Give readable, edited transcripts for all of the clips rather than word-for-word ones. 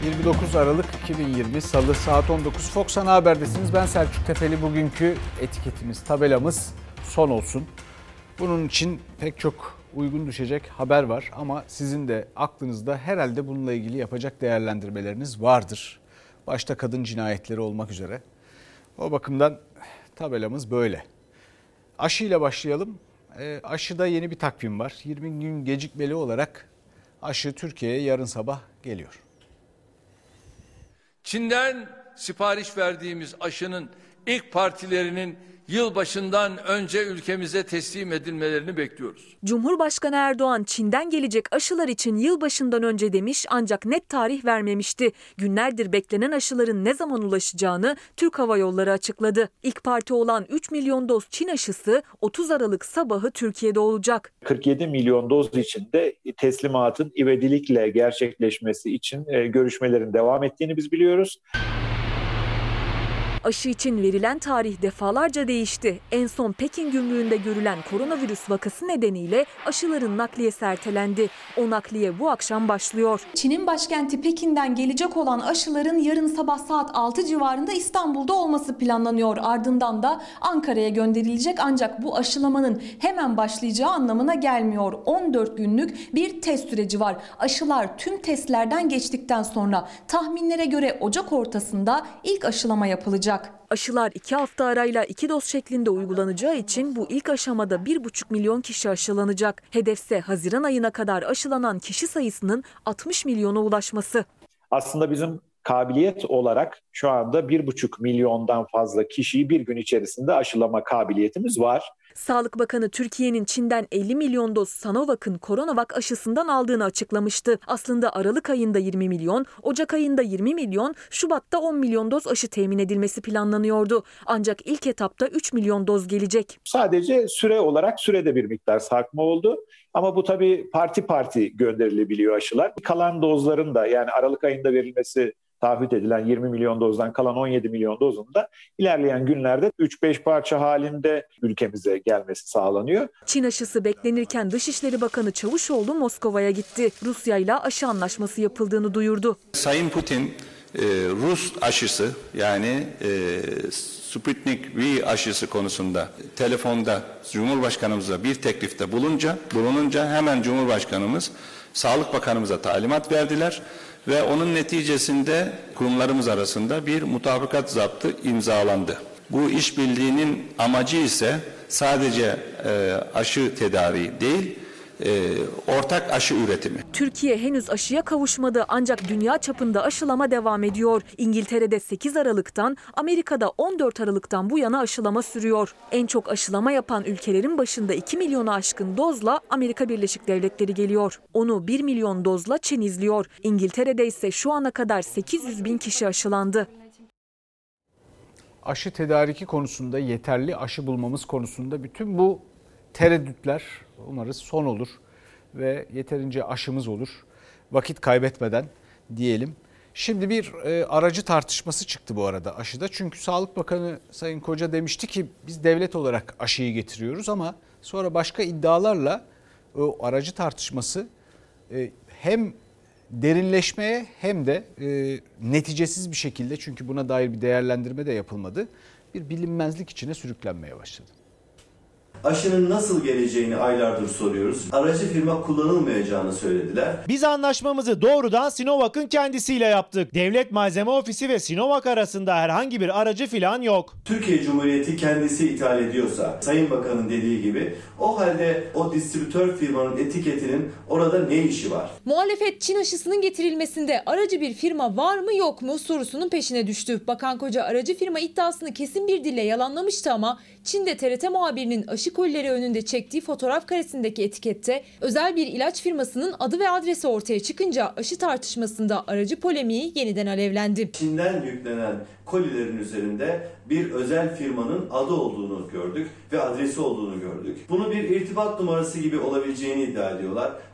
29 Aralık 2020 Salı saat 19 Fox Ana Haber'desiniz. Ben Selçuk Tefeli. Bugünkü etiketimiz, tabelamız son olsun. Bunun için pek çok uygun düşecek haber var ama sizin de aklınızda herhalde bununla ilgili yapacak değerlendirmeleriniz vardır. Başta kadın cinayetleri olmak üzere. O bakımdan tabelamız böyle. Aşıyla başlayalım. Aşıda yeni bir takvim var. 20 gün gecikmeli olarak aşı Türkiye'ye yarın sabah geliyor. Çin'den sipariş verdiğimiz aşının ilk partilerinin yılbaşından önce ülkemize teslim edilmelerini bekliyoruz. Cumhurbaşkanı Erdoğan Çin'den gelecek aşılar için yılbaşından önce demiş ancak net tarih vermemişti. Günlerdir beklenen aşıların ne zaman ulaşacağını Türk Hava Yolları açıkladı. İlk parti olan 3 milyon doz Çin aşısı 30 Aralık sabahı Türkiye'de olacak. 47 milyon doz içinde teslimatın ivedilikle gerçekleşmesi için görüşmelerin devam ettiğini biz biliyoruz. Aşı için verilen tarih defalarca değişti. En son Pekin gümrüğünde görülen koronavirüs vakası nedeniyle aşıların nakliyesi ertelendi. O nakliye bu akşam başlıyor. Çin'in başkenti Pekin'den gelecek olan aşıların yarın sabah saat 6 civarında İstanbul'da olması planlanıyor. Ardından da Ankara'ya gönderilecek ancak bu aşılamanın hemen başlayacağı anlamına gelmiyor. 14 günlük bir test süreci var. Aşılar tüm testlerden geçtikten sonra tahminlere göre Ocak ortasında ilk aşılama yapılacak. Aşılar 2 hafta arayla 2 doz şeklinde uygulanacağı için bu ilk aşamada 1,5 milyon kişi aşılanacak. Hedefse Haziran ayına kadar aşılanan kişi sayısının 60 milyona ulaşması. Aslında bizim kabiliyet olarak şu anda 1,5 milyondan fazla kişiyi bir gün içerisinde aşılama kabiliyetimiz var. Sağlık Bakanı Türkiye'nin Çin'den 50 milyon doz Sinovac'ın Coronavac aşısından aldığını açıklamıştı. Aslında Aralık ayında 20 milyon, Ocak ayında 20 milyon, Şubat'ta 10 milyon doz aşı temin edilmesi planlanıyordu. Ancak ilk etapta 3 milyon doz gelecek. Sadece süre olarak sürede bir miktar sarkma oldu. Ama bu tabii parti gönderilebiliyor aşılar. Kalan dozların da yani Aralık ayında verilmesi taahhüt edilen 20 milyon dozdan kalan 17 milyon dozun da ilerleyen günlerde 3-5 parça halinde ülkemize gelmesi sağlanıyor. Çin aşısı beklenirken Dışişleri Bakanı Çavuşoğlu Moskova'ya gitti. Rusya ile aşı anlaşması yapıldığını duyurdu. Sayın Putin Rus aşısı yani Sputnik V aşısı konusunda telefonda Cumhurbaşkanımıza bir teklifte bulununca hemen Cumhurbaşkanımız Sağlık Bakanımıza talimat verdiler. Ve onun neticesinde kurumlarımız arasında bir mutabakat zaptı imzalandı. Bu işbirliğinin amacı ise sadece aşı tedariği değil, ortak aşı üretimi. Türkiye henüz aşıya kavuşmadı ancak dünya çapında aşılama devam ediyor. İngiltere'de 8 Aralık'tan, Amerika'da 14 Aralık'tan bu yana aşılama sürüyor. En çok aşılama yapan ülkelerin başında 2 milyonu aşkın dozla Amerika Birleşik Devletleri geliyor. Onu 1 milyon dozla Çin izliyor. İngiltere'de ise şu ana kadar 800 bin kişi aşılandı. Aşı tedariki konusunda, yeterli aşı bulmamız konusunda bütün bu tereddütler umarız son olur ve yeterince aşımız olur. Vakit kaybetmeden diyelim. Şimdi bir aracı tartışması çıktı bu arada aşıda. Çünkü Sağlık Bakanı Sayın Koca demişti ki biz devlet olarak aşıyı getiriyoruz ama sonra başka iddialarla o aracı tartışması hem derinleşmeye hem de neticesiz bir şekilde, çünkü buna dair bir değerlendirme de yapılmadı, bir bilinmezlik içine sürüklenmeye başladı. Aşının nasıl geleceğini aylardır soruyoruz. Aracı firma kullanılmayacağını söylediler. Biz anlaşmamızı doğrudan Sinovac'ın kendisiyle yaptık. Devlet Malzeme Ofisi ve Sinovac arasında herhangi bir aracı filan yok. Türkiye Cumhuriyeti kendisi ithal ediyorsa, Sayın Bakan'ın dediği gibi, o halde o distribütör firmanın etiketinin orada ne işi var? Muhalefet Çin aşısının getirilmesinde aracı bir firma var mı yok mu sorusunun peşine düştü. Bakan Koca aracı firma iddiasını kesin bir dille yalanlamıştı ama Çin'de TRT muhabirinin aşı kolileri önünde çektiği fotoğraf karesindeki etikette özel bir ilaç firmasının adı ve adresi ortaya çıkınca aşı tartışmasında aracı polemiği yeniden alevlendi. Çin'den yüklenen kolilerin üzerinde bir özel firmanın adı olduğunu gördük ve adresi olduğunu gördük. Bunu bir irtibat numarası gibi olabileceğini iddia ediyorlar.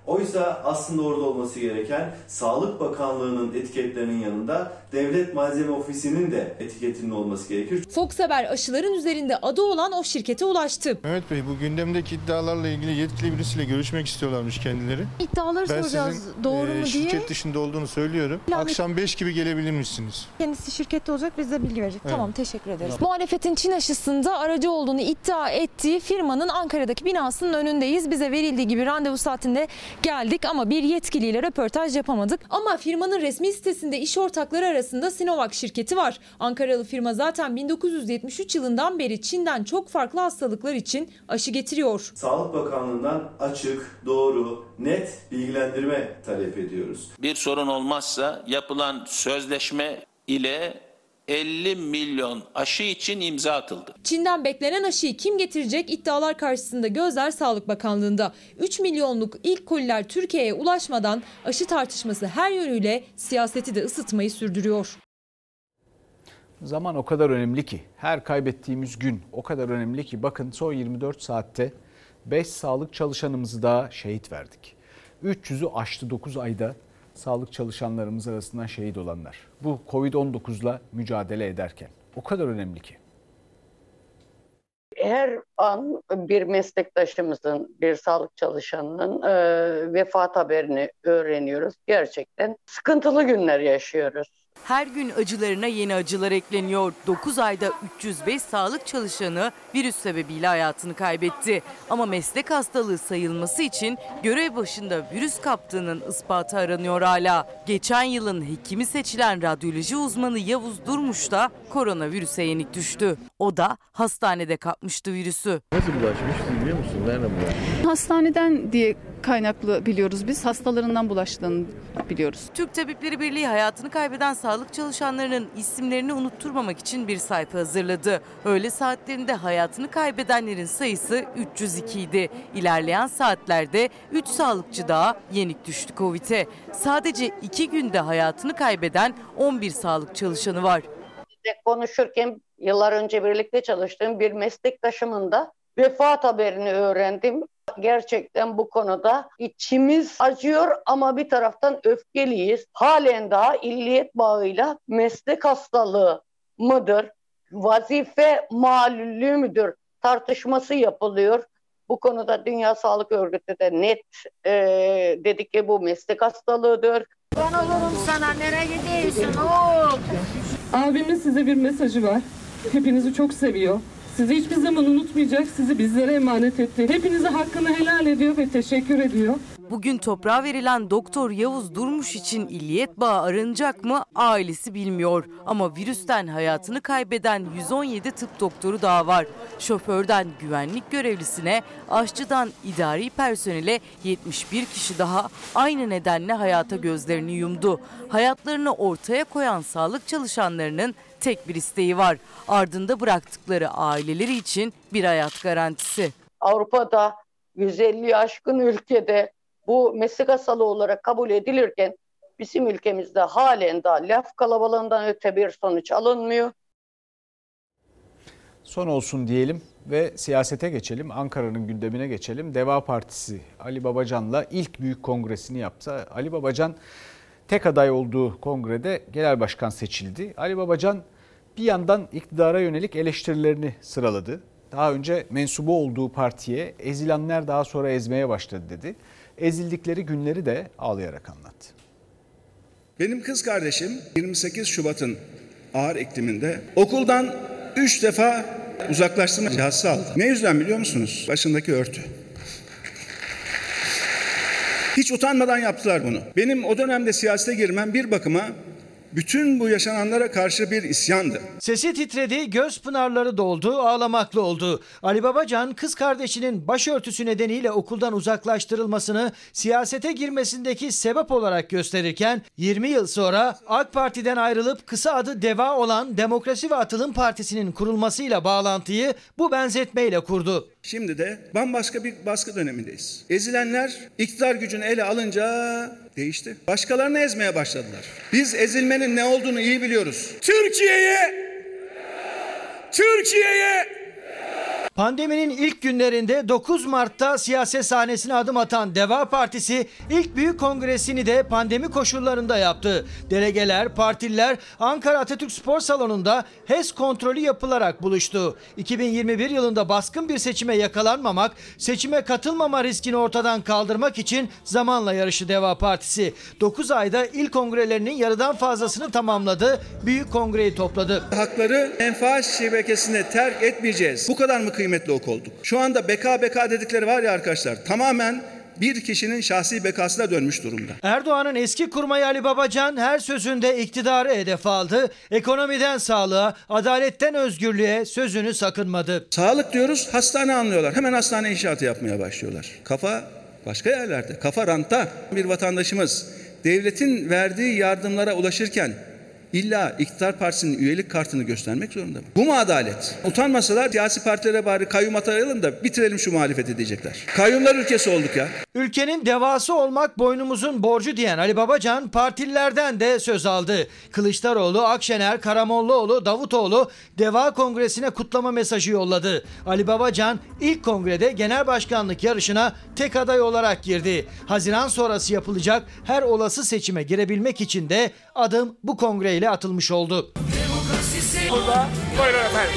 Oysa aslında orada olması gereken Sağlık Bakanlığı'nın etiketlerinin yanında Devlet Malzeme Ofisi'nin de etiketinin olması gerekir. Fox Haber aşıların üzerinde adı olan o şirkete ulaştı. Mehmet Bey, bu gündemdeki iddialarla ilgili yetkili birisiyle görüşmek istiyorlarmış kendileri. İddiaları Ben soracağız, sizin doğru mu diye. şirket dışında olduğunu söylüyorum. Akşam 5 gibi gelebilir misiniz? Kendisi şirkette olacak, bize bilgi verecek. Evet. Tamam, teşekkür ederiz. Muhalefetin Çin aşısında aracı olduğunu iddia ettiği firmanın Ankara'daki binasının önündeyiz. Bize verildiği gibi randevu saatinde geldik ama bir yetkiliyle röportaj yapamadık. Ama firmanın resmi sitesinde iş ortakları arasında Sinovac şirketi var. Ankaralı firma zaten 1973 yılından beri Çin'den çok farklı hastalıklar için aşı getiriyor. Sağlık Bakanlığı'ndan açık, doğru, net bilgilendirme talep ediyoruz. Bir sorun olmazsa yapılan sözleşme ile 50 milyon aşı için imza atıldı. Çin'den beklenen aşıyı kim getirecek? İddialar karşısında gözler Sağlık Bakanlığı'nda. 3 milyonluk ilk koliler Türkiye'ye ulaşmadan aşı tartışması her yönüyle siyaseti de ısıtmayı sürdürüyor. Zaman o kadar önemli ki, her kaybettiğimiz gün o kadar önemli ki, bakın son 24 saatte 5 sağlık çalışanımızı daha şehit verdik. 300'ü aştı 9 ayda sağlık çalışanlarımız arasından şehit olanlar. Bu Covid-19'la mücadele ederken o kadar önemli ki. Her an bir meslektaşımızın, bir sağlık çalışanının vefat haberini öğreniyoruz. Gerçekten sıkıntılı günler yaşıyoruz. Her gün acılarına yeni acılar ekleniyor. 9 ayda 305 sağlık çalışanı virüs sebebiyle hayatını kaybetti. Ama meslek hastalığı sayılması için görev başında virüs kaptığının ispatı aranıyor hala. Geçen yılın hekimi seçilen radyoloji uzmanı Yavuz Durmuş da koronavirüse yenik düştü. O da hastanede kapmıştı virüsü. Nasıl bulaşmıştı biliyor musun? Nereden bulaşmış? Hastaneden diye kaynaklı biliyoruz biz. Hastalarından bulaştığını biliyoruz. Türk Tabipleri Birliği hayatını kaybeden sağlık çalışanlarının isimlerini unutturmamak için bir sayfa hazırladı. Öğle saatlerinde hayatını kaybedenlerin sayısı 302 idi. İlerleyen saatlerde 3 sağlıkçı daha yenik düştü Covid'e. Sadece 2 günde hayatını kaybeden 11 sağlık çalışanı var. Konuşurken yıllar önce birlikte çalıştığım bir meslektaşımın da vefat haberini öğrendim. Gerçekten bu konuda içimiz acıyor ama bir taraftan öfkeliyiz. Halen daha illiyet bağıyla meslek hastalığı mıdır, vazife malulü müdür tartışması yapılıyor. Bu konuda Dünya Sağlık Örgütü de net dedi ki bu meslek hastalığıdır. Ben olurum sana, nereye gidiyorsun oğul? Abimin size bir mesajı var. Hepinizi çok seviyor. Sizi hiçbir zaman unutmayacak, sizi bizlere emanet etti. Hepinize hakkını helal ediyor ve teşekkür ediyor. Bugün toprağa verilen Doktor Yavuz Durmuş için illiyet bağı aranacak mı ailesi bilmiyor. Ama virüsten hayatını kaybeden 117 tıp doktoru daha var. Şoförden güvenlik görevlisine, aşçıdan idari personele 71 kişi daha aynı nedenle hayata gözlerini yumdu. Hayatlarını ortaya koyan sağlık çalışanlarının tek bir isteği var. Ardında bıraktıkları aileleri için bir hayat garantisi. Avrupa'da 150'yi aşkın ülkede bu meslek hastalığı olarak kabul edilirken bizim ülkemizde halen daha laf kalabalığından öte bir sonuç alınmıyor. Son olsun diyelim ve siyasete geçelim. Ankara'nın gündemine geçelim. Deva Partisi Ali Babacan'la ilk büyük kongresini yaptı. Ali Babacan tek aday olduğu kongrede genel başkan seçildi. Ali Babacan bir yandan iktidara yönelik eleştirilerini sıraladı. Daha önce mensubu olduğu partiye ezilenler daha sonra ezmeye başladı dedi. Ezildikleri günleri de ağlayarak anlattı. Benim kız kardeşim 28 Şubat'ın ağır ikliminde okuldan 3 defa uzaklaştırma cezası aldı. Ne yüzden biliyor musunuz? Başındaki örtü. Hiç utanmadan yaptılar bunu. Benim o dönemde siyasete girmem bir bakıma bütün bu yaşananlara karşı bir isyandı. Sesi titredi, göz pınarları doldu, ağlamaklı oldu. Ali Babacan kız kardeşinin başörtüsü nedeniyle okuldan uzaklaştırılmasını siyasete girmesindeki sebep olarak gösterirken 20 yıl sonra AK Parti'den ayrılıp kısa adı DEVA olan Demokrasi ve Atılım Partisi'nin kurulmasıyla bağlantıyı bu benzetmeyle kurdu. Şimdi de bambaşka bir baskı dönemindeyiz. Ezilenler iktidar gücünü ele alınca değişti. Başkalarını ezmeye başladılar. Biz ezilmenin ne olduğunu iyi biliyoruz. Türkiye'ye Pandeminin ilk günlerinde 9 Mart'ta siyaset sahnesine adım atan Deva Partisi ilk büyük kongresini de pandemi koşullarında yaptı. Delegeler, partililer Ankara Atatürk Spor Salonu'nda HES kontrolü yapılarak buluştu. 2021 yılında baskın bir seçime yakalanmamak, seçime katılmama riskini ortadan kaldırmak için zamanla yarışı Deva Partisi. 9 ayda il kongrelerinin yarıdan fazlasını tamamladı, büyük kongreyi topladı. Hakları menfaat şebekesine terk etmeyeceğiz. Bu kadar mı kıymetli ok olduk? Şu anda beka dedikleri var ya arkadaşlar, tamamen bir kişinin şahsi bekasına dönmüş durumda. Erdoğan'ın eski kurmayı Ali Babacan her sözünde iktidarı hedef aldı. Ekonomiden sağlığa, adaletten özgürlüğe sözünü sakınmadı. Sağlık diyoruz, hastane anlıyorlar. Hemen hastane inşaatı yapmaya başlıyorlar. Kafa başka yerlerde, kafa rantta. Bir vatandaşımız devletin verdiği yardımlara ulaşırken İlla iktidar partisinin üyelik kartını göstermek zorunda mı? Bu mu adalet? Utanmasalar siyasi partilere bari kayyum atayalım da bitirelim şu muhalefeti diyecekler. Kayyumlar ülkesi olduk ya. Ülkenin devası olmak boynumuzun borcu diyen Ali Babacan partililerden de söz aldı. Kılıçdaroğlu, Akşener, Karamollaoğlu, Davutoğlu Deva Kongresi'ne kutlama mesajı yolladı. Ali Babacan ilk kongrede genel başkanlık yarışına tek aday olarak girdi. Haziran sonrası yapılacak her olası seçime girebilmek için de adım bu kongreyle atılmış oldu. Burada buyurun efendim.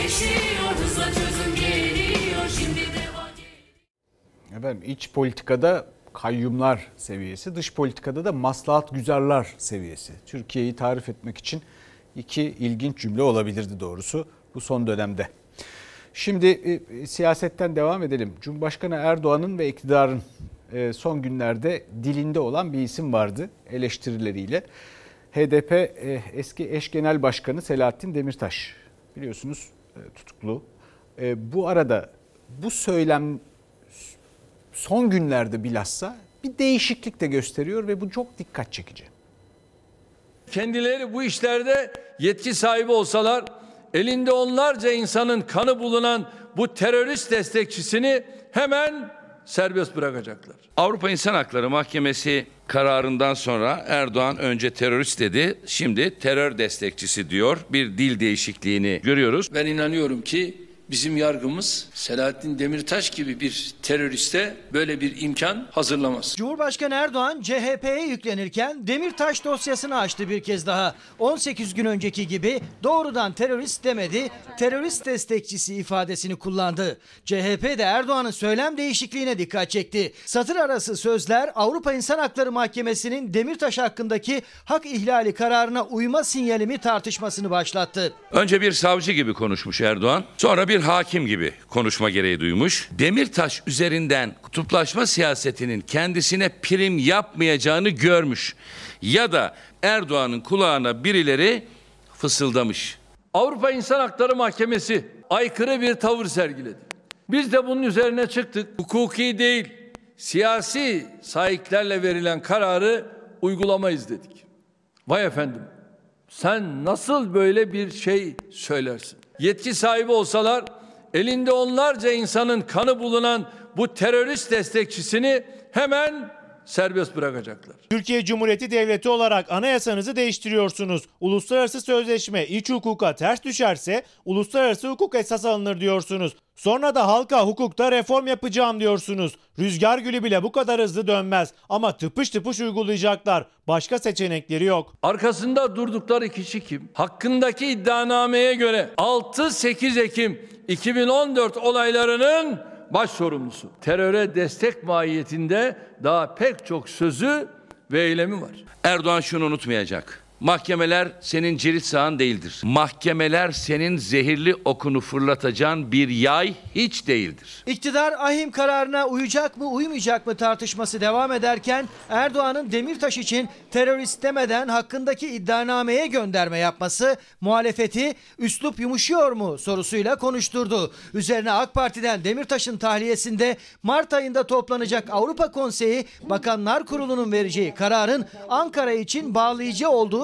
Efendim iç politikada kayyumlar seviyesi, dış politikada da maslahat güzarlar seviyesi. Türkiye'yi tarif etmek için iki ilginç cümle olabilirdi doğrusu bu son dönemde. Şimdi siyasetten devam edelim. Cumhurbaşkanı Erdoğan'ın ve iktidarın son günlerde dilinde olan bir isim vardı eleştirileriyle. HDP eski eş genel başkanı Selahattin Demirtaş biliyorsunuz tutuklu. Bu arada bu söylem son günlerde bilhassa bir değişiklik de gösteriyor ve bu çok dikkat çekici. Kendileri bu işlerde yetki sahibi olsalar elinde onlarca insanın kanı bulunan bu terörist destekçisini hemen serbest bırakacaklar. Avrupa İnsan Hakları Mahkemesi kararından sonra Erdoğan önce terörist dedi, şimdi terör destekçisi diyor. Bir dil değişikliğini görüyoruz. Ben inanıyorum ki bizim yargımız Selahattin Demirtaş gibi bir teröriste böyle bir imkan hazırlamaz. Cumhurbaşkanı Erdoğan CHP'ye yüklenirken Demirtaş dosyasını açtı bir kez daha. 18 gün önceki gibi doğrudan terörist demedi, terörist destekçisi ifadesini kullandı. CHP de Erdoğan'ın söylem değişikliğine dikkat çekti. Satır arası sözler Avrupa İnsan Hakları Mahkemesi'nin Demirtaş hakkındaki hak ihlali kararına uyma sinyalimi tartışmasını başlattı. Önce bir savcı gibi konuşmuş Erdoğan, sonra bir hakim gibi konuşma gereği duymuş. Demirtaş üzerinden kutuplaşma siyasetinin kendisine prim yapmayacağını görmüş. Ya da Erdoğan'ın kulağına birileri fısıldamış. Avrupa İnsan Hakları Mahkemesi aykırı bir tavır sergiledi. Biz de bunun üzerine çıktık. Hukuki değil, siyasi sahiplerle verilen kararı uygulamayız dedik. Vay efendim, sen nasıl böyle bir şey söylersin? Yetki sahibi olsalar elinde onlarca insanın kanı bulunan bu terörist destekçisini hemen serbest bırakacaklar. Türkiye Cumhuriyeti Devleti olarak anayasanızı değiştiriyorsunuz. Uluslararası sözleşme iç hukuka ters düşerse uluslararası hukuk esas alınır diyorsunuz. Sonra da halka hukukta reform yapacağım diyorsunuz. Rüzgar gülü bile bu kadar hızlı dönmez ama tıpış tıpış uygulayacaklar. Başka seçenekleri yok. Arkasında durdukları kişi kim? Hakkındaki iddianameye göre 6-8 Ekim 2014 olaylarının baş sorumlusu. Teröre destek mahiyetinde daha pek çok sözü ve eylemi var. Erdoğan şunu unutmayacak. Mahkemeler senin cirit sahan değildir. Mahkemeler senin zehirli okunu fırlatacağın bir yay hiç değildir. İktidar ahim kararına uyacak mı uymayacak mı tartışması devam ederken Erdoğan'ın Demirtaş için terörist demeden hakkındaki iddianameye gönderme yapması muhalefeti üslup yumuşuyor mu sorusuyla konuşturdu. Üzerine AK Parti'den Demirtaş'ın tahliyesinde Mart ayında toplanacak Avrupa Konseyi Bakanlar Kurulu'nun vereceği kararın Ankara için bağlayıcı olduğu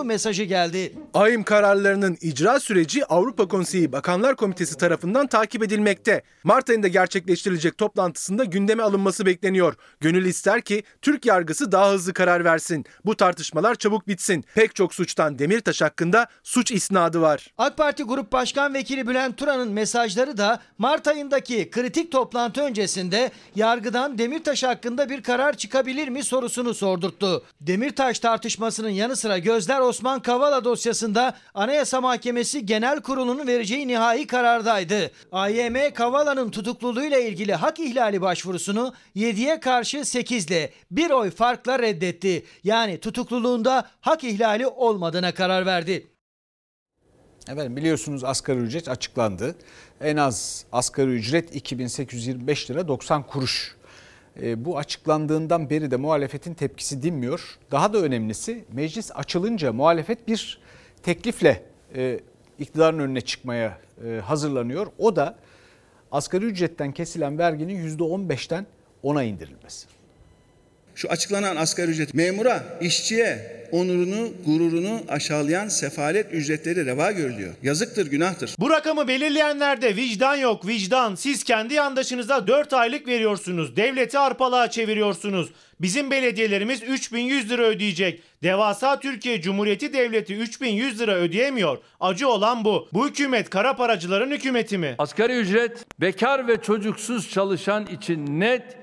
olduğu mesajı geldi. AYİM kararlarının icra süreci Avrupa Konseyi Bakanlar Komitesi tarafından takip edilmekte. Mart ayında gerçekleştirilecek toplantısında gündeme alınması bekleniyor. Gönül ister ki Türk yargısı daha hızlı karar versin. Bu tartışmalar çabuk bitsin. Pek çok suçtan Demirtaş hakkında suç isnadı var. AK Parti Grup Başkan Vekili Bülent Turan'ın mesajları da Mart ayındaki kritik toplantı öncesinde yargıdan Demirtaş hakkında bir karar çıkabilir mi sorusunu sordurttu. Demirtaş tartışmasının yanı sıra gözler Osman Kavala dosyasında Anayasa Mahkemesi Genel Kurulu'nun vereceği nihai karardaydı. AYM Kavala'nın tutukluluğuyla ilgili hak ihlali başvurusunu 7'ye karşı 8 ile bir oy farkla reddetti. Yani tutukluluğunda hak ihlali olmadığına karar verdi. Efendim biliyorsunuz asgari ücret açıklandı. En az asgari ücret 2825 lira 90 kuruş. Bu açıklandığından beri de muhalefetin tepkisi dinmiyor. Daha da önemlisi meclis açılınca muhalefet bir teklifle iktidarın önüne çıkmaya hazırlanıyor. O da asgari ücretten kesilen verginin %15'ten 10'a indirilmesi. Şu açıklanan asgari ücret memura, işçiye onurunu, gururunu aşağılayan sefalet ücretleri reva görülüyor. Yazıktır, günahtır. Bu rakamı belirleyenlerde vicdan yok, vicdan. Siz kendi yandaşınıza 4 aylık veriyorsunuz. Devleti arpalığa çeviriyorsunuz. Bizim belediyelerimiz 3100 lira ödeyecek. Devasa Türkiye Cumhuriyeti Devleti 3100 lira ödeyemiyor. Acı olan bu. Bu hükümet kara paracıların hükümeti mi? Asgari ücret bekar ve çocuksuz çalışan için net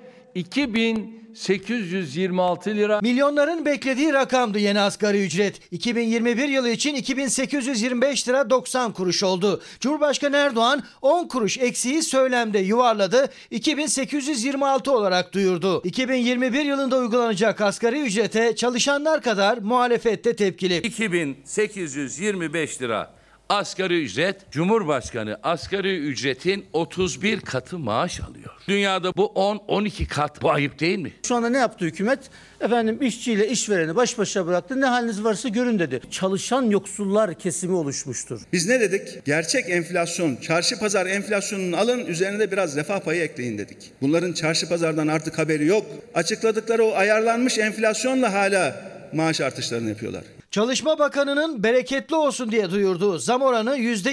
2826 lira. Milyonların beklediği rakamdı yeni asgari ücret. 2021 yılı için 2825 lira 90 kuruş oldu. Cumhurbaşkanı Erdoğan 10 kuruş eksiği söylemde yuvarladı. 2826 olarak duyurdu. 2021 yılında uygulanacak asgari ücrete çalışanlar kadar muhalefet de tepkili. 2825 lira. Asgari ücret, Cumhurbaşkanı asgari ücretin 31 katı maaş alıyor. Dünyada bu 10-12 kat. Bu ayıp değil mi? Şu anda ne yaptı hükümet? Efendim işçiyle işvereni baş başa bıraktı. Ne haliniz varsa görün dedi. Çalışan yoksullar kesimi oluşmuştur. Biz ne dedik? Gerçek enflasyon, çarşı pazar enflasyonunu alın, üzerine de biraz refah payı ekleyin dedik. Bunların çarşı pazardan artık haberi yok. Açıkladıkları o ayarlanmış enflasyonla hala maaş artışlarını yapıyorlar. Çalışma Bakanı'nın bereketli olsun diye duyurduğu zam oranı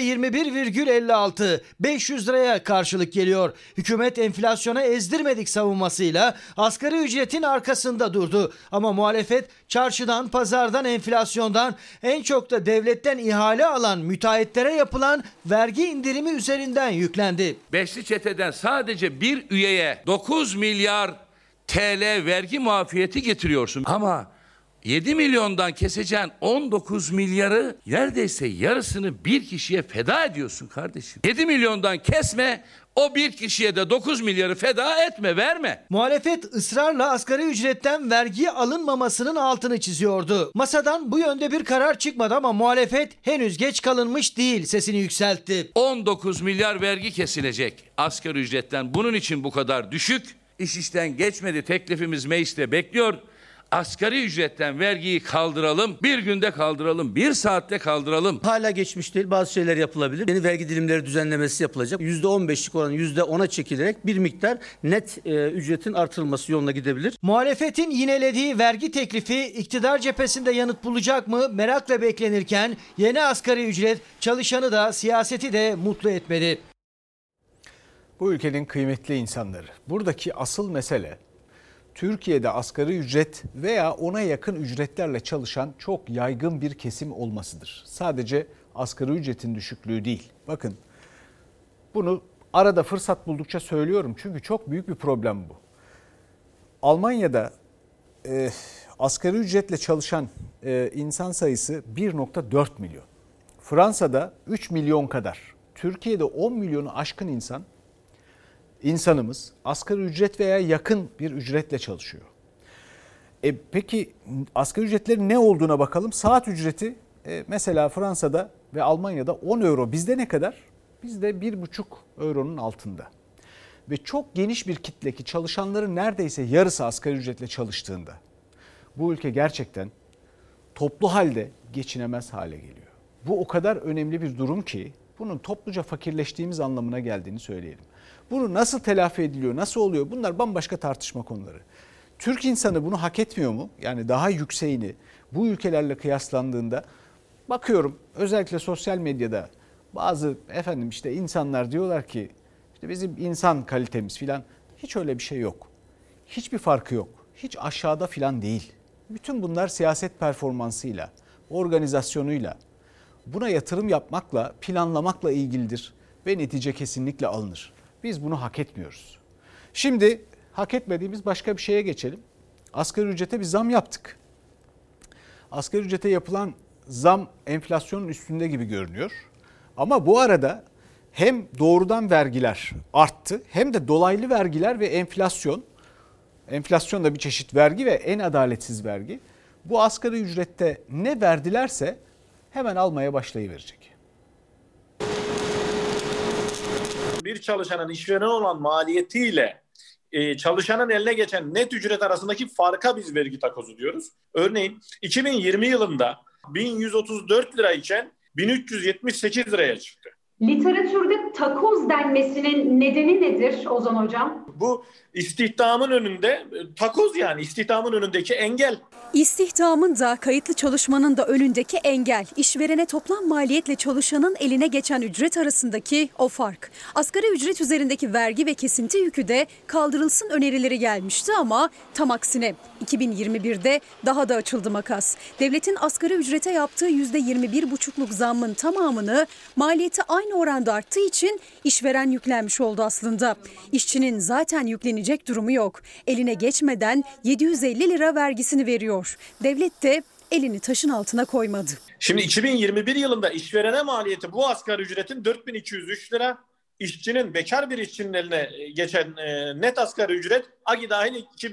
%21,56. 500 liraya karşılık geliyor. Hükümet enflasyona ezdirmedik savunmasıyla asgari ücretin arkasında durdu. Ama muhalefet çarşıdan, pazardan, enflasyondan en çok da devletten ihale alan müteahhitlere yapılan vergi indirimi üzerinden yüklendi. Beşli çeteden sadece bir üyeye 9 milyar TL vergi muafiyeti getiriyorsun. Ama 7 milyondan keseceğin 19 milyarı neredeyse yarısını bir kişiye feda ediyorsun kardeşim. 7 milyondan kesme, o bir kişiye de 9 milyarı feda etme, verme. Muhalefet ısrarla asgari ücretten vergi alınmamasının altını çiziyordu. Masadan bu yönde bir karar çıkmadı ama muhalefet henüz geç kalınmış değil sesini yükseltti. 19 milyar vergi kesilecek asgari ücretten. Bunun için bu kadar düşük. İş işten geçmedi, teklifimiz mecliste bekliyor. Asgari ücretten vergiyi kaldıralım, bir günde kaldıralım, bir saatte kaldıralım. Hala geçmiş değil, bazı şeyler yapılabilir. Yeni vergi dilimleri düzenlemesi yapılacak. %15'lik oranı %10'a çekilerek bir miktar net ücretin artırılması yoluna gidebilir. Muhalefetin yinelediği vergi teklifi iktidar cephesinde yanıt bulacak mı merakla beklenirken yeni asgari ücret çalışanı da siyaseti de mutlu etmedi. Bu ülkenin kıymetli insanları. Buradaki asıl mesele Türkiye'de asgari ücret veya ona yakın ücretlerle çalışan çok yaygın bir kesim olmasıdır. Sadece asgari ücretin düşüklüğü değil. Bakın bunu arada fırsat buldukça söylüyorum çünkü çok büyük bir problem bu. Almanya'da asgari ücretle çalışan insan sayısı 1,4 milyon. Fransa'da 3 milyon kadar. Türkiye'de 10 milyonu aşkın insanımız asgari ücret veya yakın bir ücretle çalışıyor. Peki asgari ücretlerin ne olduğuna bakalım. Saat ücreti mesela Fransa'da ve Almanya'da 10 euro. Bizde ne kadar? Bizde 1,5 euronun altında. Ve çok geniş bir kitle ki çalışanların neredeyse yarısı asgari ücretle çalıştığında bu ülke gerçekten toplu halde geçinemez hale geliyor. Bu o kadar önemli bir durum ki bunun topluca fakirleştiğimiz anlamına geldiğini söyleyelim. Bunu nasıl telafi ediliyor, nasıl oluyor? Bunlar bambaşka tartışma konuları. Türk insanı bunu hak etmiyor mu? Yani daha yükseğini bu ülkelerle kıyaslandığında bakıyorum özellikle sosyal medyada bazı insanlar diyorlar ki işte bizim insan kalitemiz filan, hiç öyle bir şey yok. Hiçbir farkı yok. Hiç aşağıda filan değil. Bütün bunlar siyaset performansıyla, organizasyonuyla, buna yatırım yapmakla, planlamakla ilgilidir ve netice kesinlikle alınır. Biz bunu hak etmiyoruz. Şimdi hak etmediğimiz başka bir şeye geçelim. Asgari ücrete bir zam yaptık. Asgari ücrete yapılan zam enflasyonun üstünde gibi görünüyor. Ama bu arada hem doğrudan vergiler arttı hem de dolaylı vergiler ve enflasyon. Enflasyon da bir çeşit vergi ve en adaletsiz vergi. Bu asgari ücrette ne verdilerse hemen almaya başlayıverecek. Bir çalışanın işveren olan maliyetiyle çalışanın eline geçen net ücret arasındaki farka biz vergi takozu diyoruz. Örneğin 2020 yılında 1134 lirayken 1378 liraya çıktı. Literatürde takoz denmesinin nedeni nedir Ozan Hocam? Bu istihdamın önünde takoz, yani istihdamın önündeki engel. İstihdamın da kayıtlı çalışmanın da önündeki engel. İşverene toplam maliyetle çalışanın eline geçen ücret arasındaki o fark. Asgari ücret üzerindeki vergi ve kesinti yükü de kaldırılsın önerileri gelmişti ama tam aksine 2021'de daha da açıldı makas. Devletin asgari ücrete yaptığı %21,5'luk zammın tamamını maliyeti aynı oranda arttığı için işveren yüklenmiş oldu aslında. İşçinin zaten yüklenecek durumu yok. Eline geçmeden 750 lira vergisini veriyor. Devlet de elini taşın altına koymadı. Şimdi 2021 yılında işverene maliyeti bu asgari ücretin 4203 lira. İşçinin, bekar bir işçinin eline geçen net asgari ücret AGİ dahil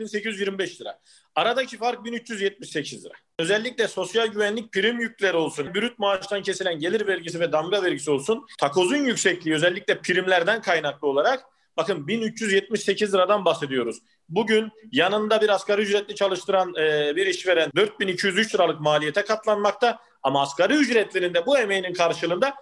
2825 lira. Aradaki fark 1378 lira. Özellikle sosyal güvenlik prim yükleri olsun, brüt maaştan kesilen gelir vergisi ve damga vergisi olsun, takozun yüksekliği özellikle primlerden kaynaklı olarak bakın 1378 liradan bahsediyoruz. Bugün yanında bir asgari ücretli çalıştıran bir işveren 4203 liralık maliyete katlanmakta. Ama asgari ücretlinin de bu emeğinin karşılığında